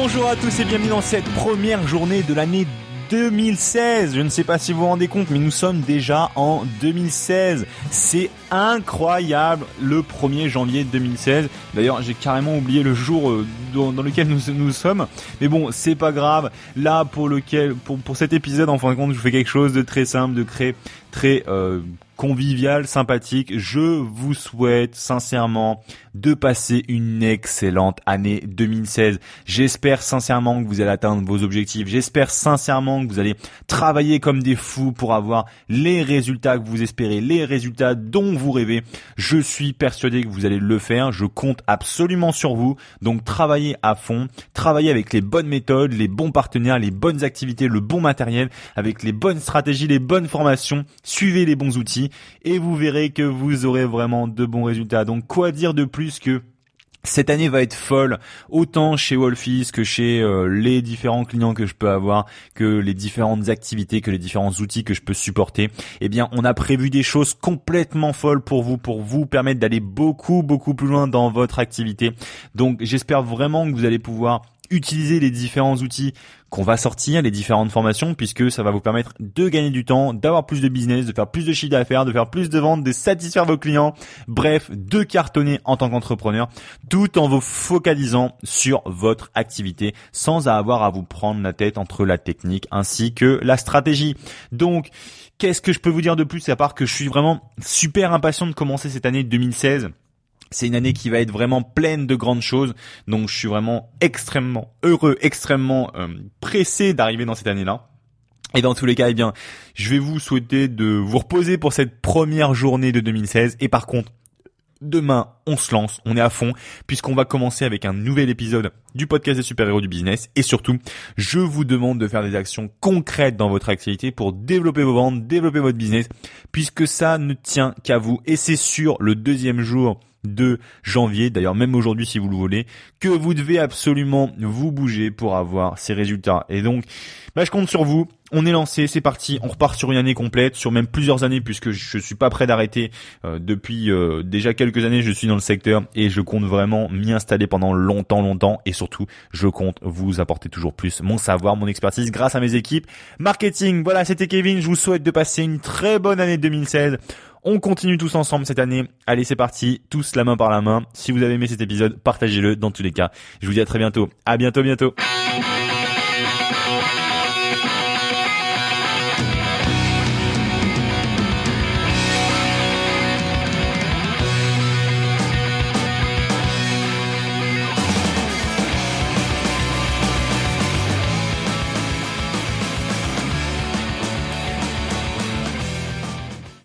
Bonjour à tous et bienvenue dans cette première journée de l'année 2016. Je ne sais pas si vous vous rendez compte, mais nous sommes déjà en 2016. C'est incroyable, le 1er janvier 2016. D'ailleurs, j'ai carrément oublié le jour dans lequel nous sommes. Mais bon, c'est pas grave. Là, pour cet épisode, en fin de compte, je fais quelque chose de très simple, de très convivial, sympathique. Je vous souhaite sincèrement de passer une excellente année 2016. J'espère sincèrement que vous allez atteindre vos objectifs. J'espère sincèrement que vous allez travailler comme des fous pour avoir les résultats que vous espérez, les résultats dont vous rêvez. Je suis persuadé que vous allez le faire. Je compte absolument sur vous. Donc travaillez à fond, travaillez avec les bonnes méthodes, les bons partenaires, les bonnes activités, le bon matériel, avec les bonnes stratégies, les bonnes formations. Suivez les bons outils et vous verrez que vous aurez vraiment de bons résultats. Donc quoi dire de plus que cette année va être folle, autant chez Wolfies que chez les différents clients que je peux avoir, que les différentes activités, que les différents outils que je peux supporter. Eh bien, on a prévu des choses complètement folles pour vous permettre d'aller beaucoup plus loin dans votre activité. Donc, j'espère vraiment que vous allez pouvoir utiliser les différents outils qu'on va sortir, les différentes formations, puisque ça va vous permettre de gagner du temps, d'avoir plus de business, de faire plus de chiffre d'affaires, de faire plus de ventes, de satisfaire vos clients, bref, de cartonner en tant qu'entrepreneur, tout en vous focalisant sur votre activité, sans avoir à vous prendre la tête entre la technique ainsi que la stratégie. Donc, qu'est-ce que je peux vous dire de plus, à part que je suis vraiment super impatient de commencer cette année 2016. C'est une année qui va être vraiment pleine de grandes choses, donc je suis vraiment extrêmement heureux, extrêmement pressé d'arriver dans cette année-là. Et dans tous les cas, eh bien, je vais vous souhaiter de vous reposer pour cette première journée de 2016. Et par contre, demain, on se lance, on est à fond, puisqu'on va commencer avec un nouvel épisode du podcast des super-héros du business. Et surtout, je vous demande de faire des actions concrètes dans votre activité pour développer vos ventes, développer votre business, puisque ça ne tient qu'à vous. Et c'est sur le deuxième jour de janvier, d'ailleurs même aujourd'hui si vous le voulez, que vous devez absolument vous bouger pour avoir ces résultats. Et donc, je compte sur vous. On est lancé, c'est parti, on repart sur une année complète, sur même plusieurs années, puisque je suis pas prêt d'arrêter. Depuis déjà quelques années, je suis dans le secteur et je compte vraiment m'y installer pendant longtemps. Et surtout, je compte vous apporter toujours plus mon savoir, mon expertise grâce à mes équipes marketing. Voilà, c'était Kevin. Je vous souhaite de passer une très bonne année 2016. On continue tous ensemble cette année. Allez, c'est parti, tous la main par la main. Si vous avez aimé cet épisode, partagez-le dans tous les cas. Je vous dis à très bientôt. À bientôt.